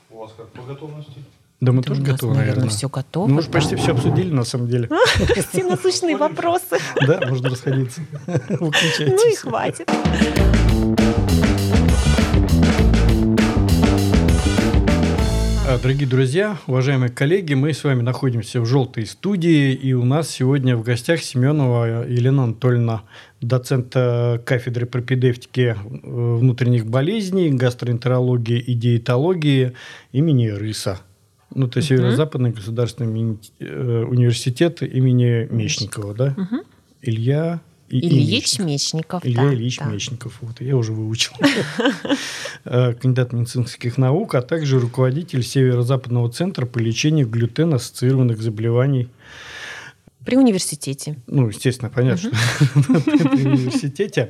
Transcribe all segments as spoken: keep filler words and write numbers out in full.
У вас как по готовности? Да, мы Да тоже у нас, готовы, наверное, наверное. все готово. Ну, мы же да. почти все обсудили, на самом деле. Все насущные вопросы. Да, можно расходиться. Выключайтесь. Ну и хватит. Дорогие друзья, уважаемые коллеги, мы с вами находимся в «Желтой студии», и у нас сегодня в гостях Семенова Елена Анатольевна, доцент кафедры пропедевтики внутренних болезней, гастроэнтерологии и диетологии имени Рыса. Ну, это Северо-Западный государственный университет имени Мечникова, да? Угу. Илья... И Ильич Мечников. Илья да, Ильич да. Мечников. Вот, я уже выучил. Кандидат медицинских наук, а также руководитель Северо-Западного центра по лечению глютен-ассоциированных заболеваний. При университете. Ну, естественно, понятно, uh-huh. что при университете.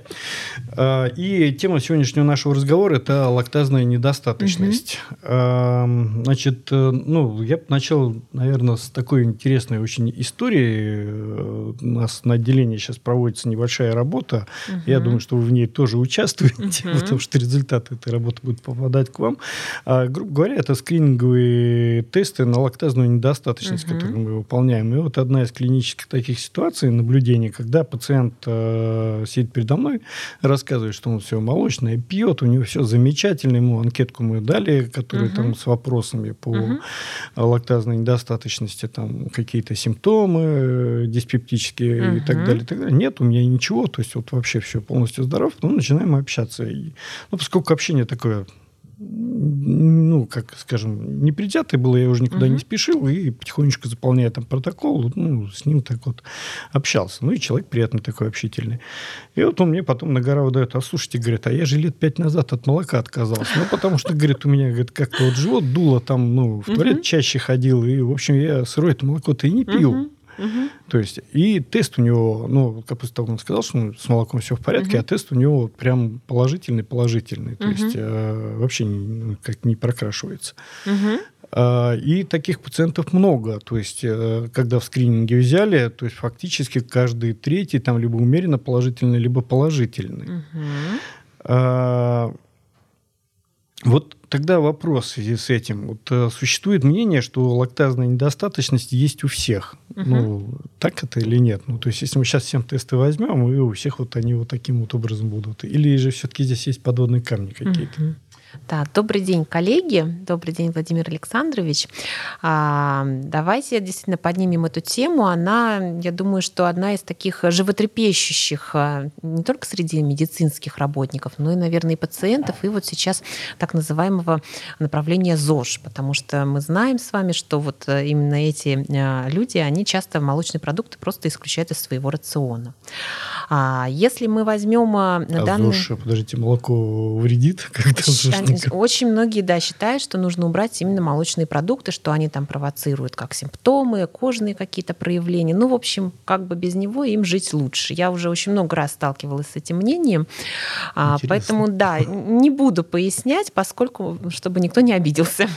И тема сегодняшнего нашего разговора – это лактазная недостаточность. Uh-huh. Значит, ну, я бы начал, наверное, с такой интересной очень истории. У нас на отделении сейчас проводится небольшая работа. Uh-huh. Я думаю, что вы в ней тоже участвуете, uh-huh. потому что результаты этой работы будут попадать к вам. А, грубо говоря, это скрининговые тесты на лактазную недостаточность, uh-huh. которые мы выполняем. И вот одна из клинических таких ситуаций, наблюдений, когда пациент э, сидит передо мной, рассказывает, что он все молочное пьет, у него все замечательно, ему анкетку мы дали, которая uh-huh. там с вопросами по uh-huh. лактазной недостаточности, там какие-то симптомы э, диспептические uh-huh. и так далее, и так далее. Нет, у меня ничего, то есть вот вообще все полностью здоров, ну, начинаем общаться. И, ну, поскольку общение такое, ну, как, скажем, непредвзятое было, я уже никуда uh-huh. не спешил, и потихонечку заполняя там протокол, ну, с ним так вот общался. Ну, и человек приятный такой, общительный. И вот он мне потом на гора выдает: а слушайте, говорит, а я же лет пять назад от молока отказался. Ну, потому что, говорит, у меня, говорит, как-то вот живот дуло, там, ну, в туалет uh-huh. чаще ходил, и, в общем, я сырое молоко-то и не пью. Uh-huh. Uh-huh. То есть, и тест у него, ну, как после того, как он сказал, что ну, с молоком все в порядке, uh-huh. а тест у него вот прям положительный-положительный. То uh-huh. есть, э, вообще ну, как не прокрашивается. Uh-huh. А, и таких пациентов много. То есть, э, когда в скрининге взяли, то есть, фактически каждый третий там либо умеренно положительный, либо положительный. Uh-huh. А, вот тогда вопрос в связи с этим. Вот, э, существует мнение, что лактазная недостаточность есть у всех. Uh-huh. Ну, так это или нет? Ну, то есть, если мы сейчас всем тесты возьмем, и у всех вот они вот таким вот образом будут. Или же все-таки здесь есть подводные камни какие-то? Uh-huh. Да, добрый день, коллеги. Добрый день, Владимир Александрович. А, давайте действительно поднимем эту тему. Она, я думаю, что одна из таких животрепещущих не только среди медицинских работников, но и, наверное, и пациентов, и вот сейчас так называемого направления ЗОЖ, потому что мы знаем с вами, что вот именно эти люди, они часто молочные продукты просто исключают из своего рациона. А если мы возьмем а данные... ЗОЖ, подождите, молоко вредит? Как-то Очень многие, да, считают, что нужно убрать именно молочные продукты, что они там провоцируют как симптомы, кожные какие-то проявления. Ну, в общем, как бы без него им жить лучше. Я уже очень много раз сталкивалась с этим мнением. Интересно. Поэтому, да, не буду пояснять, поскольку, чтобы никто не обиделся.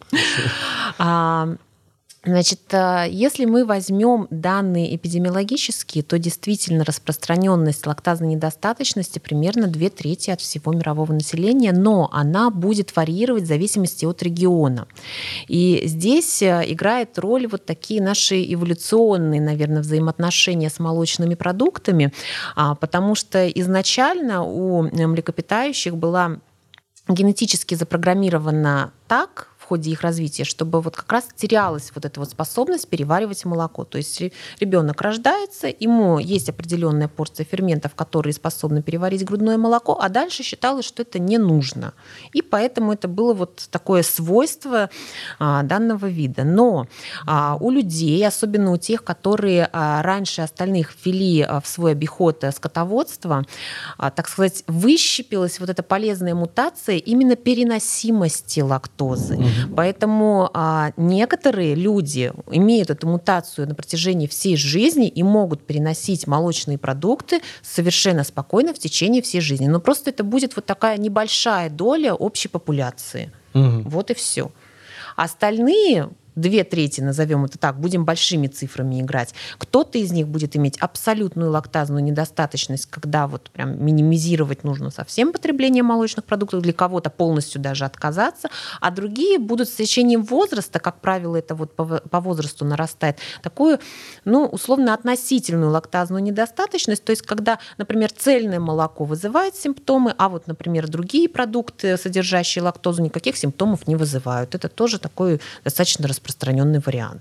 Значит, если мы возьмем данные эпидемиологические, то действительно распространенность лактазной недостаточности примерно две трети от всего мирового населения, но она будет варьировать в зависимости от региона. И здесь играет роль вот такие наши эволюционные, наверное, взаимоотношения с молочными продуктами, потому что изначально у млекопитающих была генетически запрограммирована так, в ходе их развития, чтобы вот как раз терялась вот эта вот способность переваривать молоко. То есть ребенок рождается, ему есть определенная порция ферментов, которые способны переварить грудное молоко, а дальше считалось, что это не нужно. И поэтому это было вот такое свойство а, данного вида. Но а, у людей, особенно у тех, которые а, раньше остальных ввели а, в свой обиход скотоводства, а, так сказать, выщепилась вот эта полезная мутация именно переносимости лактозы. Поэтому а, некоторые люди имеют эту мутацию на протяжении всей жизни и могут переносить молочные продукты совершенно спокойно в течение всей жизни. Но просто это будет вот такая небольшая доля общей популяции. Угу. Вот и все. Остальные две трети, назовем это так, будем большими цифрами играть. Кто-то из них будет иметь абсолютную лактазную недостаточность, когда вот прям минимизировать нужно совсем потребление молочных продуктов, для кого-то полностью даже отказаться, а другие будут с течением возраста, как правило, это вот по, по возрасту нарастает, такую, ну, условно относительную лактазную недостаточность, то есть когда, например, цельное молоко вызывает симптомы, а вот, например, другие продукты, содержащие лактозу, никаких симптомов не вызывают. Это тоже такой достаточно распространенный вариант.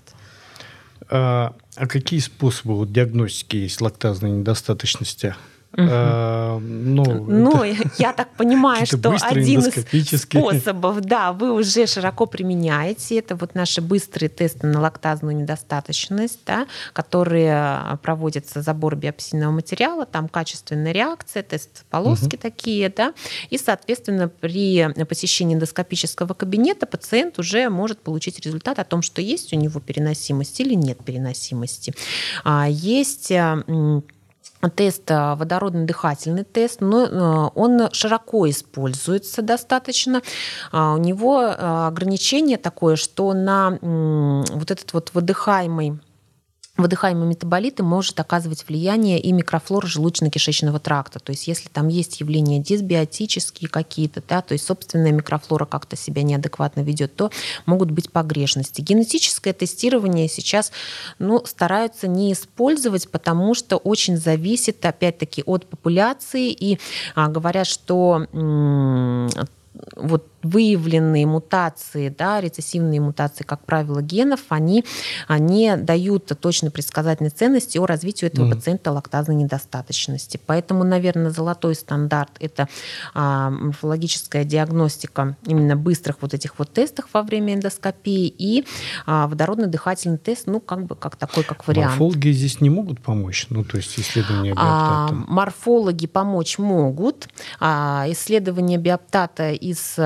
А, а какие способы вот, диагностики есть лактазной недостаточности? Uh-huh. А, ну, ну я так понимаю, что один из способов, да, вы уже широко применяете. Это вот наши быстрые тесты на лактазную недостаточность, да, которые проводятся забор биопсийного материала, там качественная реакция, тест полоски uh-huh. такие, да, и, соответственно, при посещении эндоскопического кабинета пациент уже может получить результат о том, что есть у него переносимость или нет переносимости. Есть тест, водородно-дыхательный тест, но он широко используется достаточно. У него ограничение такое, что на вот этот вот выдыхаемый выдыхаемые метаболиты может оказывать влияние и микрофлора желудочно-кишечного тракта. То есть если там есть явления дисбиотические какие-то, да, то есть собственная микрофлора как-то себя неадекватно ведет, то могут быть погрешности. Генетическое тестирование сейчас ну, стараются не использовать, потому что очень зависит, опять-таки, от популяции. И а, говорят, что м- вот выявленные мутации, да, рецессивные мутации, как правило, генов, они не дают точно предсказательной ценности о развитии этого mm. пациента лактазной недостаточности. Поэтому, наверное, золотой стандарт – это а, морфологическая диагностика именно быстрых вот этих вот тестов во время эндоскопии и а, водородно-дыхательный тест, ну, как бы как такой, как вариант. Морфологи здесь не могут помочь? Ну, то есть исследования биоптата? А, морфологи помочь могут. А, исследования биоптата из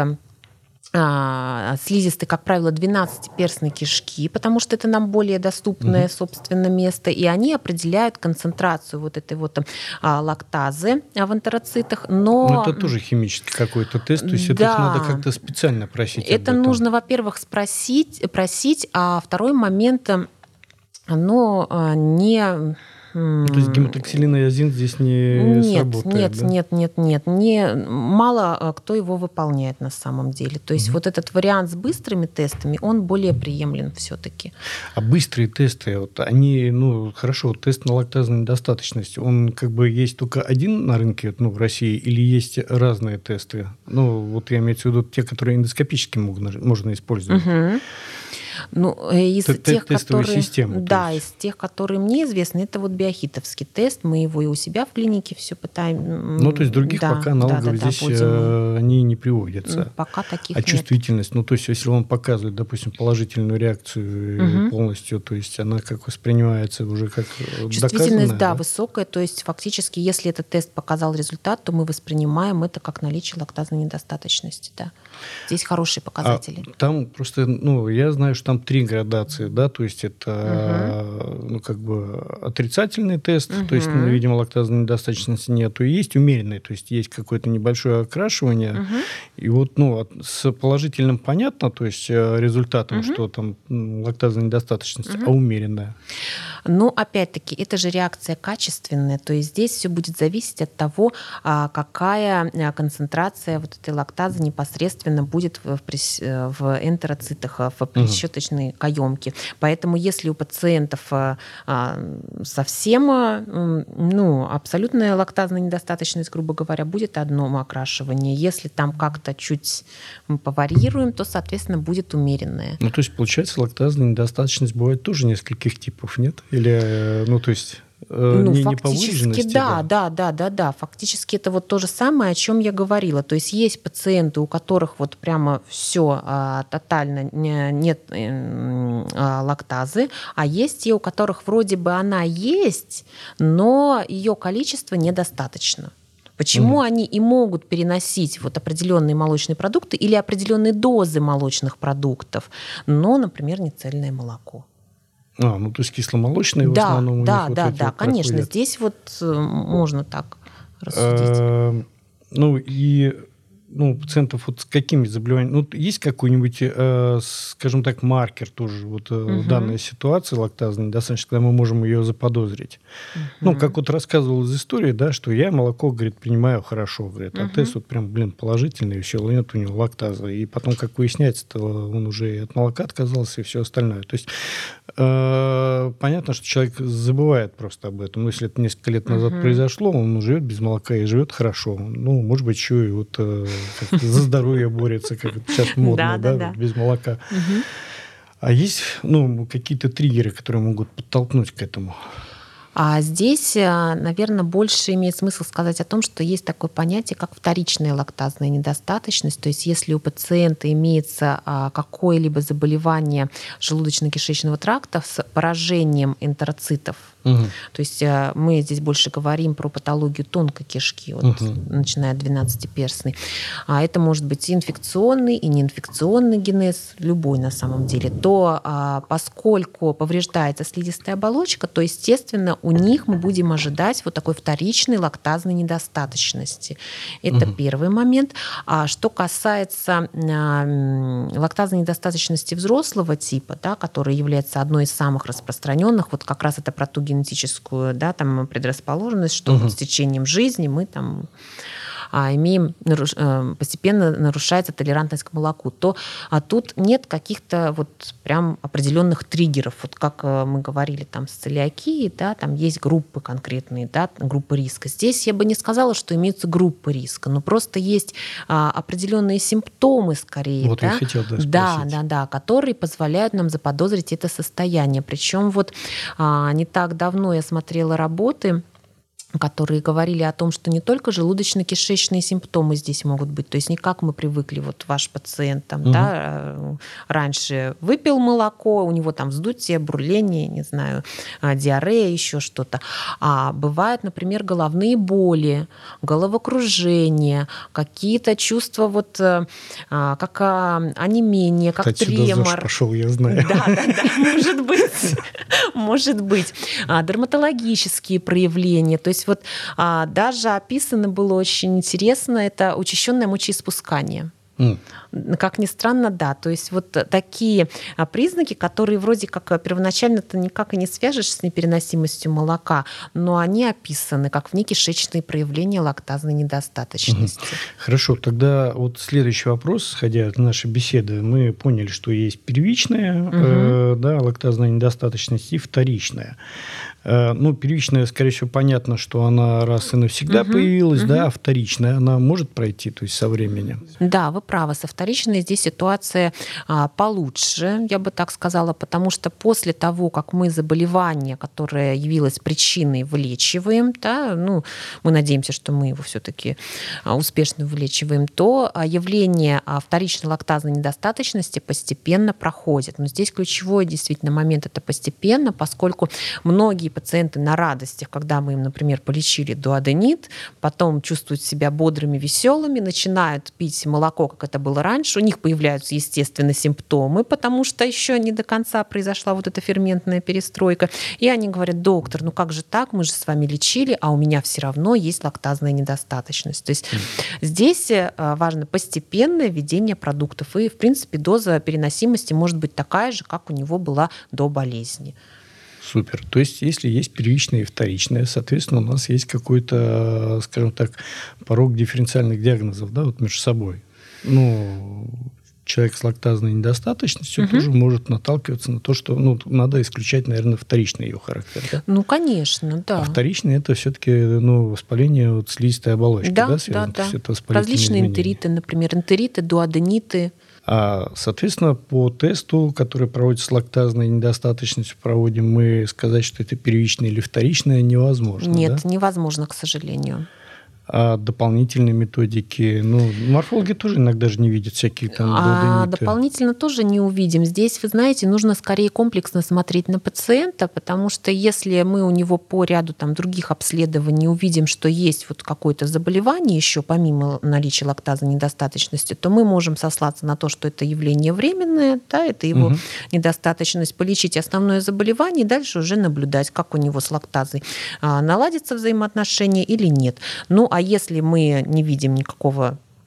слизистой, как правило, двенадцатиперстной кишки, потому что это нам более доступное, угу. собственно, место, и они определяют концентрацию вот этой вот а, лактазы в энтероцитах, но... Но это тоже химический какой-то тест, то есть да. это их надо как-то специально просить Это об этом. нужно, во-первых, спросить, просить, а второй момент, оно не... Ну, то есть гематоксилинозин здесь не нет, сработает? Нет, да? нет, нет, нет. Не, мало кто его выполняет на самом деле. То есть угу. вот этот вариант с быстрыми тестами, он более приемлем все-таки. А быстрые тесты, вот, они, ну, хорошо, вот тест на лактазную недостаточность, он как бы есть только один на рынке, ну, в России, или есть разные тесты? Ну, вот я имею в виду те, которые эндоскопически можно, можно использовать. Угу. Ну, из Т- тех, тестовые которые, системы. Да, из тех, которые мне известны, это вот биохитовский тест. Мы его и у себя в клинике все пытаем. Ну, то есть других да, пока аналогов да, да, здесь да, они не приводятся. Пока таких а нет. чувствительность, ну, то есть если он показывает, допустим, положительную реакцию угу. полностью, то есть она как воспринимается уже как чувствительность, да, да, высокая. То есть фактически, если этот тест показал результат, то мы воспринимаем это как наличие лактазной недостаточности. Да. Здесь хорошие показатели. А там просто, ну, я знаю, что там три градации, да, то есть это, угу. ну, как бы отрицательный тест, угу. то есть, ну, видимо, лактазной недостаточности нету, и есть умеренный, то есть есть какое-то небольшое окрашивание, угу. и вот, ну, с положительным понятно, то есть результатом, угу. что там лактазная недостаточность, угу. а умеренная. Ну, опять-таки, это же реакция качественная, то есть здесь все будет зависеть от того, какая концентрация вот этой лактазы непосредственно будет в, в энтероцитах, в пресчеточной угу. каемке. Поэтому если у пациентов совсем, ну, абсолютная лактазная недостаточность, грубо говоря, будет одно окрашивание. Если там как-то чуть поварьируем, то, соответственно, будет умеренное. Ну, то есть, получается, лактазная недостаточность бывает тоже нескольких типов, нет? Или, ну, то есть... Ну, не, фактически, не да, да, да, да, да. Фактически это вот то же самое, о чем я говорила. То есть есть пациенты, у которых вот прямо все а, тотально не, нет а, лактазы, а есть те, у которых вроде бы она есть, но ее количество недостаточно. Почему угу. они и могут переносить вот определенные молочные продукты или определенные дозы молочных продуктов, но, например, не цельное молоко. А, ну то есть кисломолочные да, в основном да, у них да, вот да, вот конечно. проходят. Здесь вот можно так рассудить. А, ну и ну, пациентов вот с какими заболеваниями? Ну, есть какой-нибудь, э, скажем так, маркер тоже вот угу. данной ситуации лактазной недостаточности, когда мы можем ее заподозрить? Угу. Ну, как вот рассказывал из истории, да, что я молоко, говорит, принимаю хорошо, говорит, а угу. тест вот прям, блин, положительный, и все, нет у него лактазы. И потом, как выясняется, он уже и от молока отказался, и все остальное. То есть э, понятно, что человек забывает просто об этом. Но если это несколько лет назад угу. произошло, он живет без молока и живет хорошо. Ну, может быть, еще и вот э, за здоровье борется, как это сейчас модно, да, да, да, без молока. Угу. А есть, ну, какие-то триггеры, которые могут подтолкнуть к этому? А здесь, наверное, больше имеет смысл сказать о том, что есть такое понятие, как вторичная лактазная недостаточность. То есть если у пациента имеется какое-либо заболевание желудочно-кишечного тракта с поражением энтероцитов, угу. то есть мы здесь больше говорим про патологию тонкой кишки, вот, угу. начиная от двенадцатиперстной. А это может быть и инфекционный, и неинфекционный генез, любой на самом деле. То поскольку повреждается слизистая оболочка, то, естественно, у них мы будем ожидать вот такой вторичной лактазной недостаточности. Это угу. первый момент. А что касается лактазной недостаточности взрослого типа, да, которая является одной из самых распространенных, вот как раз это про ту генетическую, да, там, предрасположенность, что угу. вот с течением жизни мы там имеем, постепенно нарушается толерантность к молоку, то а тут нет каких-то вот прям определенных триггеров. Вот как мы говорили там с целиакией, да, там есть группы конкретные, да, группы риска. Здесь я бы не сказала, что имеются группы риска, но просто есть а, определенные симптомы скорее, вот да, я хотел, да, да, да, да, которые позволяют нам заподозрить это состояние. Причем вот а, не так давно я смотрела работы, которые говорили о том, что не только желудочно-кишечные симптомы здесь могут быть, то есть не как мы привыкли, вот ваш пациент там, угу. да, раньше выпил молоко, у него там вздутие, бурление, не знаю, диарея, еще что-то. А бывают, например, головные боли, головокружение, какие-то чувства вот как онемение, как Кстати, тремор. Кстати, пошел, я знаю. Да, да, да, может быть. Может быть. Дерматологические проявления, то есть вот а, даже описано было очень интересно, это учащенное мочеиспускание. Mm. Как ни странно, да. То есть вот такие признаки, которые вроде как первоначально ты никак и не свяжешь с непереносимостью молока, но они описаны как внекишечные проявления лактазной недостаточности. Mm-hmm. Хорошо, тогда вот следующий вопрос, сходя от нашей беседы, мы поняли, что есть первичная mm-hmm. э, да, лактазная недостаточность и вторичная. Ну, первичная, скорее всего, понятно, что она раз и навсегда угу, появилась, угу. да, а вторичная, она может пройти, то есть со временем? Да, вы правы. Со вторичной здесь ситуация а, получше, я бы так сказала, потому что после того, как мы заболевание, которое явилось причиной, вылечиваем, да, ну, мы надеемся, что мы его все-таки успешно вылечиваем, то явление вторичной лактазной недостаточности постепенно проходит. Но здесь ключевой действительно момент – это постепенно, поскольку многие пациенты на радостях, когда мы им, например, полечили дуоденит, потом чувствуют себя бодрыми, веселыми, начинают пить молоко, как это было раньше, у них появляются, естественно, симптомы, потому что еще не до конца произошла вот эта ферментная перестройка. И они говорят: доктор, ну как же так, мы же с вами лечили, а у меня все равно есть лактазная недостаточность. То есть mm. здесь важно постепенное введение продуктов. И, в принципе, доза переносимости может быть такая же, как у него была до болезни. Супер. То есть, если есть первичное и вторичное, соответственно, у нас есть какой-то, скажем так, порог дифференциальных диагнозов, да, вот между собой. Ну, человек с лактазной недостаточностью угу. тоже может наталкиваться на то, что ну, надо исключать, наверное, вторичный ее характер. Да? Ну, конечно, да. А вторичный – это все-таки ну, воспаление вот, слизистой оболочки. Да, да, да, да. Различные энтериты, например, энтериты, дуодениты. А, соответственно, по тесту, который проводится с лактазной недостаточностью, проводим мы, сказать, что это первичное или вторичное, невозможно. Нет, да? невозможно, к сожалению. А дополнительные методики, ну, морфологи тоже иногда же не видят всякие там а дополнительно тоже не увидим. Здесь, вы знаете, нужно скорее комплексно смотреть на пациента, потому что если мы у него по ряду там других обследований увидим, что есть вот какое-то заболевание еще помимо наличия лактазной недостаточности, то мы можем сослаться на то, что это явление временное, да, это его угу. недостаточность, полечить основное заболевание и дальше уже наблюдать, как у него с лактазой наладится взаимоотношения или нет. Ну, а если мы не видим никакого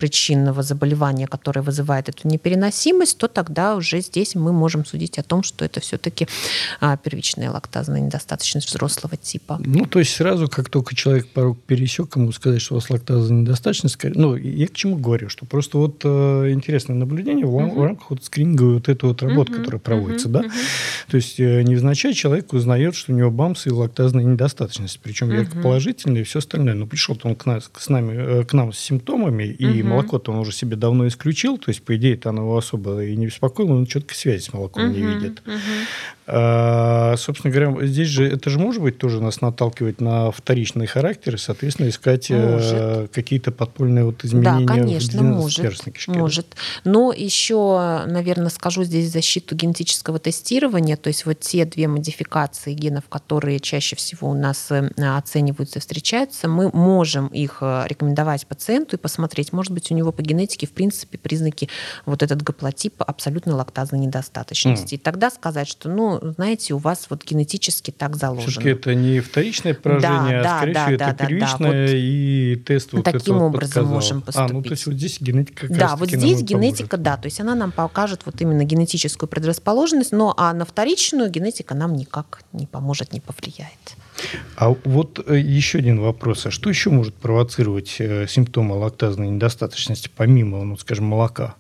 причинного заболевания, которое вызывает эту непереносимость, то тогда уже здесь мы можем судить о том, что это все-таки первичная лактазная недостаточность взрослого типа. Ну, то есть сразу, как только человек порог пересек, ему сказать, что у вас лактазная недостаточность, ну, я к чему говорю, что просто вот э, интересное наблюдение в, uh-huh. в рамках вот скрининговой вот этой вот работы, uh-huh. которая проводится, uh-huh. да, uh-huh. то есть э, невзначай человек узнает, что у него БАМС и лактазная недостаточность, причем uh-huh. ярко положительная и все остальное. Но пришел-то он к, нас, с нами, э, к нам с симптомами, и uh-huh. молоко-то он уже себе давно исключил, то есть, по идее-то оно его особо и не беспокоило, он четкой связи с молоком uh-huh. не видит. Uh-huh. А, собственно говоря, здесь же, это же может быть тоже нас наталкивать на вторичный характер и, соответственно, искать э, какие-то подпольные вот изменения. Да, конечно, в может. Кишке, может. Да? Но еще, наверное, скажу здесь в защиту генетического тестирования, то есть вот те две модификации генов, которые чаще всего у нас оцениваются и встречаются, мы можем их рекомендовать пациенту и посмотреть, может быть, у него по генетике, в принципе, признаки вот этот гаплотип абсолютной лактазной недостаточности. Mm. И тогда сказать, что, ну, знаете, у вас вот генетически так заложено. Все-таки это не вторичное поражение, да, а, скорее да, всего, да, это да, первичное, да, да. и тест вот таким это образом вот можем поступить. А, ну, то есть вот здесь генетика как Да, раз вот таки здесь нам генетика, поможет. да, то есть она нам покажет вот именно генетическую предрасположенность, но а на вторичную генетика нам никак не поможет, не повлияет. А вот еще один вопрос. А что еще может провоцировать э, симптомы лактазной недостаточности, помимо, ну, скажем, молока?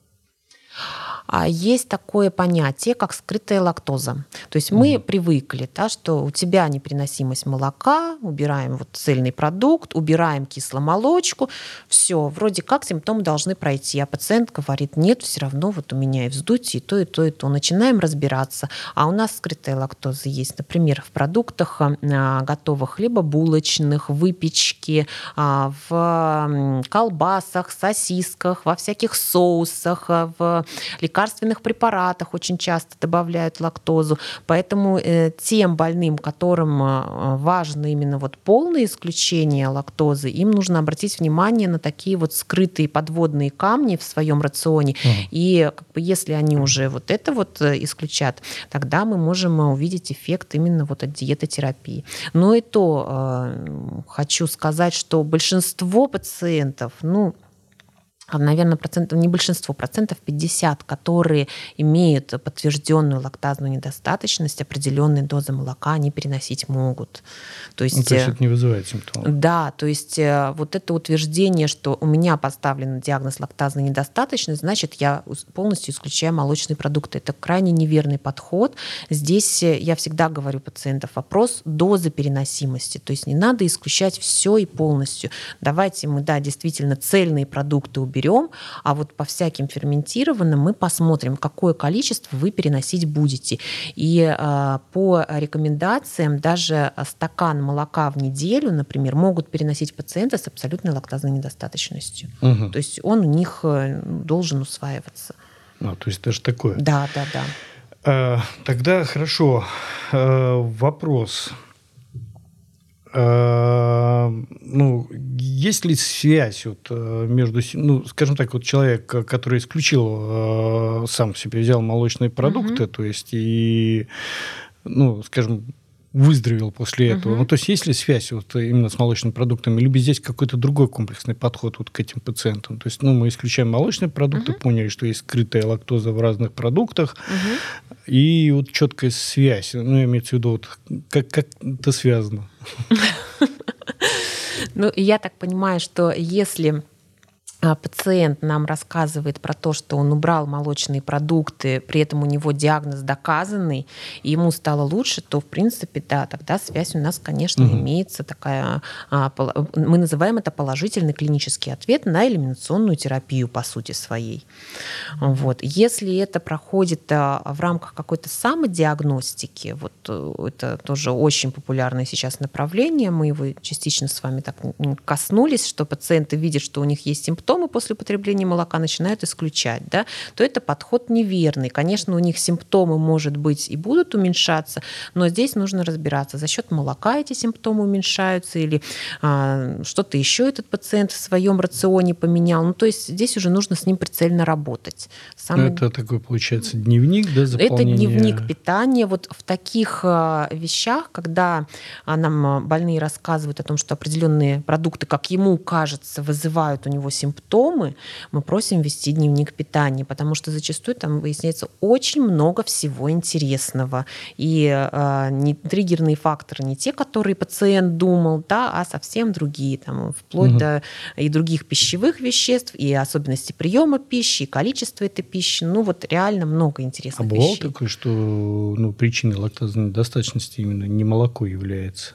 Есть такое понятие, как скрытая лактоза. То есть мы mm. привыкли, да, что у тебя непереносимость молока, убираем вот цельный продукт, убираем кисломолочку, все, вроде как симптомы должны пройти. А пациент говорит, нет, все равно вот у меня и вздутие, и то, и то, и то. Начинаем разбираться. А у нас скрытая лактоза есть, например, в продуктах готовых, либо булочных, выпечки, в колбасах, сосисках, во всяких соусах, в лекарственных препаратах очень часто добавляют лактозу. Поэтому э, тем больным, которым э, важно именно вот полное исключение лактозы, им нужно обратить внимание на такие вот скрытые подводные камни в своем рационе. Mm. И как бы, если они уже вот это вот исключат, тогда мы можем увидеть эффект именно вот от диетотерапии. Но и то э, хочу сказать, что большинство пациентов, ну, наверное, процентов, не большинство, процентов пятьдесят, которые имеют подтвержденную лактазную недостаточность, определенные дозы молока они переносить могут. То есть, ну, то есть это не вызывает симптомов. Да, то есть вот это утверждение, что у меня поставлен диагноз лактазной недостаточности, значит, я полностью исключаю молочные продукты. Это крайне неверный подход. Здесь я всегда говорю пациентам, вопрос дозы переносимости. То есть не надо исключать все и полностью. Давайте мы, да, действительно цельные продукты уберем, берем, а вот по всяким ферментированным мы посмотрим, какое количество вы переносить будете. И э, по рекомендациям даже стакан молока в неделю, например, могут переносить пациенты с абсолютной лактазной недостаточностью. Угу. То есть он у них должен усваиваться. А, то есть даже такое. Да, да, да. А, тогда хорошо. А, вопрос. Ну, есть ли связь вот между, ну, скажем так, вот человек, который исключил, сам себе взял молочные продукты, uh-huh. то есть и, ну, скажем, выздоровел после этого. Uh-huh. Ну, то есть есть ли связь вот именно с молочными продуктами, либо здесь какой-то другой комплексный подход вот к этим пациентам? То есть, ну, мы исключаем молочные продукты, uh-huh. поняли, что есть скрытая лактоза в разных продуктах, uh-huh. и вот четкая связь. Ну, имеется в виду, вот, как, как это связано? Ну, я так понимаю, что если пациент нам рассказывает про то, что он убрал молочные продукты, при этом у него диагноз доказанный, и ему стало лучше, то, в принципе, да, тогда связь у нас, конечно, угу. имеется такая, мы называем это положительный клинический ответ на элиминационную терапию, по сути своей. Вот. Если это проходит в рамках какой-то самодиагностики, вот это тоже очень популярное сейчас направление, мы его частично с вами так коснулись, что пациенты видят, что у них есть симптомы, после употребления молока начинают исключать, да, то это подход неверный. Конечно, у них симптомы, может быть, и будут уменьшаться, но здесь нужно разбираться, за счет молока эти симптомы уменьшаются или а, что-то еще этот пациент в своем рационе поменял. Ну, то есть здесь уже нужно с ним прицельно работать. Сам... Это такой, получается, дневник, да, заполнение? Это дневник питания. Вот в таких вещах, когда нам больные рассказывают о том, что определенные продукты, как ему кажется, вызывают у него симптомы, симптомы, мы просим вести дневник питания, потому что зачастую там выясняется очень много всего интересного. И э, не триггерные факторы не те, которые пациент думал, да, а совсем другие, там, вплоть угу. до и других пищевых веществ, и особенности приема пищи, и количества этой пищи. Ну вот реально много интересных а бывало вещей. такое, что ну, причиной лактозной недостаточности именно не молоко является?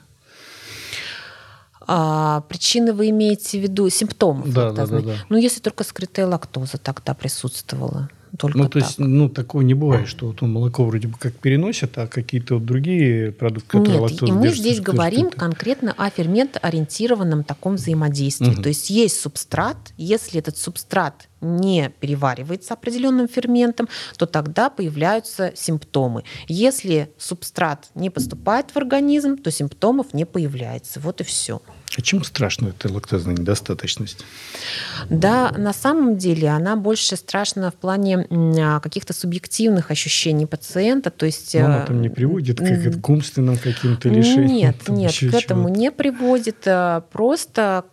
А, причины вы имеете в виду симптомов да, лактозной? Да, да, да. Ну, если только скрытая лактоза тогда присутствовала. Только ну, то так. есть, ну, такого не бывает, что вот он молоко вроде бы как переносит, а какие-то вот другие продукты, которые Нет, лактозу и мы держат, здесь что говорим это... конкретно о ферментоориентированном таком взаимодействии. Угу. То есть есть субстрат, если этот субстрат не переваривается определенным ферментом, то тогда появляются симптомы. Если субстрат не поступает в организм, то симптомов не появляется. Вот и все. А чем страшна эта лактозная недостаточность? Да, на самом деле она больше страшна в плане каких-то субъективных ощущений пациента. То есть, но она там не приводит как к умственным каким-то лишениям? Нет, нет, к этому чего-то. Не приводит. Просто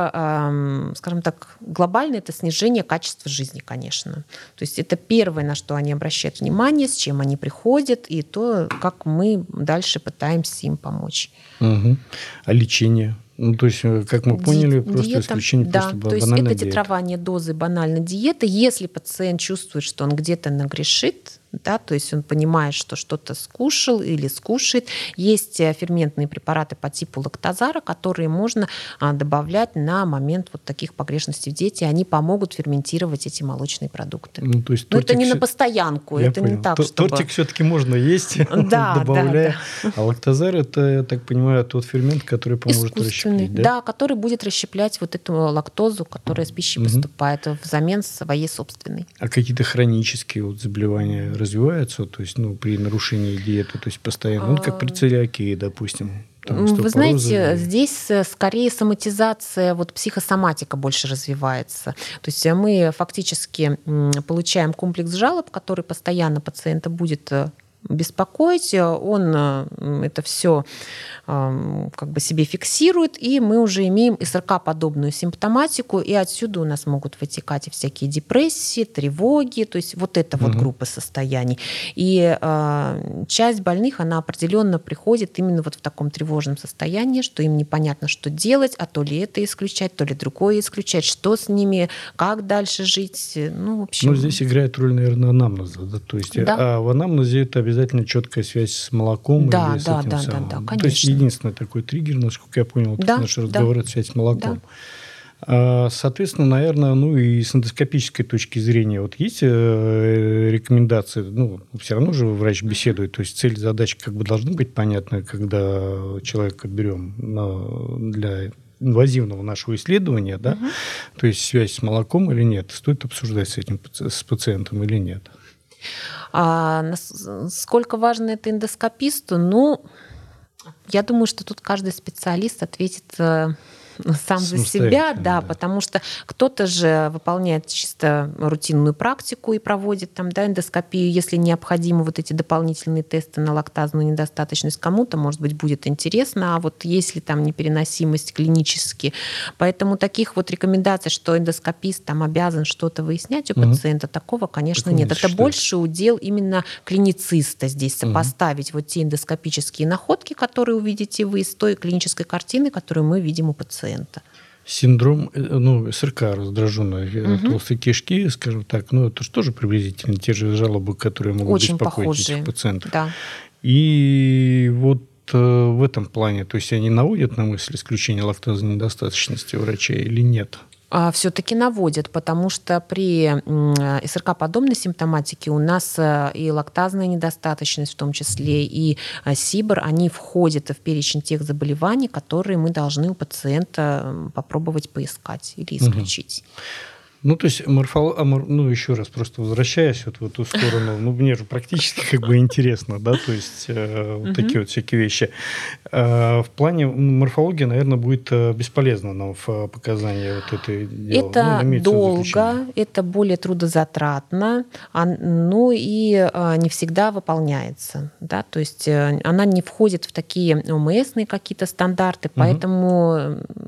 к, скажем так, глобальное это снижение качества жизни, конечно. То есть это первое, на что они обращают внимание, с чем они приходят, и то, как мы дальше пытаемся им помочь. Угу. А лечение? Ну, то есть, как мы поняли, Ди- просто диета, исключение да, просто то есть банальной это диеты. титрование дозы банальной диеты. Если пациент чувствует, что он где-то нагрешит, да, то есть он понимает, что что-то скушал или скушает, есть ферментные препараты по типу лактозара, которые можно добавлять на момент вот таких погрешностей в диете. Они помогут ферментировать эти молочные продукты. Ну, то есть Но это не все... на постоянку, я это понял. не так, Т- чтобы... Тортик все-таки можно есть, да, добавляя. Да, да. А лактозар, это, я так понимаю, тот фермент, который поможет расщеплять, да? Да, который будет расщеплять вот эту лактозу, которая с пищей угу. поступает, взамен своей собственной. А какие-то хронические вот заболевания развиваются, то есть, ну, при нарушении диеты, то есть постоянно, ну, как при целиакии, допустим? Там, Вы знаете, здесь скорее соматизация, вот психосоматика больше развивается. То есть мы фактически получаем комплекс жалоб, который постоянно пациента будет беспокоить, он это все как бы себе фиксирует, и мы уже имеем эс эр ка-подобную симптоматику, и отсюда у нас могут вытекать и всякие депрессии, тревоги, то есть вот эта вот угу. группа состояний. И э, часть больных, она определенно приходит именно вот в таком тревожном состоянии, что им непонятно, что делать, а то ли это исключать, то ли другое исключать, что с ними, как дальше жить. Ну, в общем... Ну, здесь играет роль, наверное, анамнеза, да? То есть, да. А в анамнезе это обязательно четкая связь с молоком да, или с да, этим да, самым. да, да, конечно. То есть единственный такой триггер, насколько я понял, да, наш разговор да. это связь с молоком. Да. Соответственно, наверное, ну и с эндоскопической точки зрения, вот есть рекомендации, ну, все равно же врач беседует, то есть цель, задача как бы должны быть понятны, когда человека берем на, для инвазивного нашего исследования, да, угу. то есть связь с молоком или нет, стоит обсуждать с этим с пациентом или нет. А насколько важно это эндоскописту? Ну, я думаю, что тут каждый специалист ответит сам за себя, да, да, потому что кто-то же выполняет чисто рутинную практику и проводит там, да, эндоскопию, если необходимы вот эти дополнительные тесты на лактазную недостаточность. Кому-то, может быть, будет интересно, а вот если там непереносимость клинически. Поэтому таких вот рекомендаций, что эндоскопист там обязан что-то выяснять у угу. пациента, такого, конечно, так нет. Это считает. Больше удел именно клинициста здесь сопоставить угу. вот те эндоскопические находки, которые увидите вы, с той клинической картиной, которую мы видим у пациента. Синдром, ну, эс эр ка раздраженной угу. толстой кишки, скажем так, ну, это же тоже приблизительно те же жалобы, которые могут очень беспокоить похожие. Этих пациентов. Да. И вот э, в этом плане, то есть они наводят на мысль исключения лактозной недостаточности врачей или нет? Все-таки наводят, потому что при эс эр ка-подобной симптоматике у нас и лактазная недостаточность, в том числе и СИБР, они входят в перечень тех заболеваний, которые мы должны у пациента попробовать поискать или исключить. Угу. Ну, то есть, морфол... ну, еще раз, просто возвращаясь вот в эту сторону, ну, мне же практически как бы интересно, да, то есть, э, вот такие вот всякие вещи. Э, в плане морфологии, наверное, будет бесполезно нам в показании вот этой дела. Это ну, долго, это более трудозатратно, а, ну, и а, не всегда выполняется, да, то есть она не входит в такие о эм эсные какие-то стандарты, поэтому угу.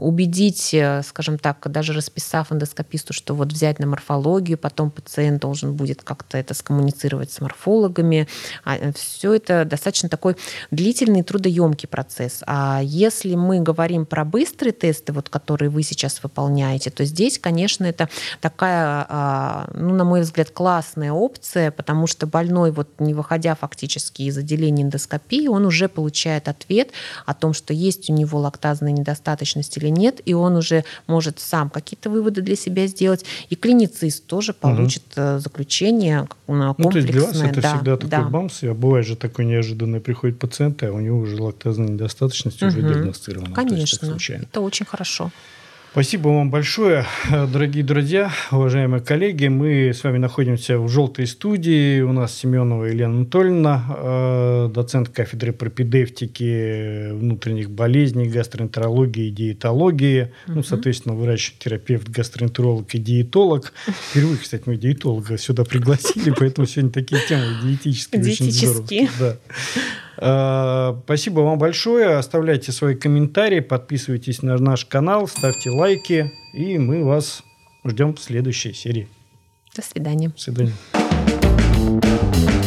убедить, скажем так, даже расписав эндоскописту, что вот взять на морфологию, потом пациент должен будет как-то это скоммуницировать с морфологами. Все это достаточно такой длительный, трудоемкий процесс. А если мы говорим про быстрые тесты, вот, которые вы сейчас выполняете, то здесь, конечно, это такая, ну, на мой взгляд, классная опция, потому что больной, вот, не выходя фактически из отделения эндоскопии, он уже получает ответ о том, что есть у него лактазная недостаточность или нет, и он уже может сам какие-то выводы для себя сделать, и клиницист тоже получит угу. заключение комплексное. Ну, то есть для вас это да, всегда такой да. бамс, а бывает же такой неожиданный, приходит пациент, а у него уже лактазная недостаточность угу. уже диагностирована. Конечно, это очень хорошо. Спасибо вам большое, дорогие друзья, уважаемые коллеги. Мы с вами находимся в «Желтой студии». У нас Семенова Елена Анатольевна, доцент кафедры пропедевтики, внутренних болезней, гастроэнтерологии и диетологии. Uh-huh. Ну, соответственно, врач, терапевт, гастроэнтеролог и диетолог. Впервые, кстати, мы диетолога сюда пригласили, поэтому сегодня такие темы диетические. Диетические. Да. Спасибо вам большое. Оставляйте свои комментарии, подписывайтесь на наш канал, ставьте лайки, и мы вас ждем в следующей серии. До свидания. До свидания.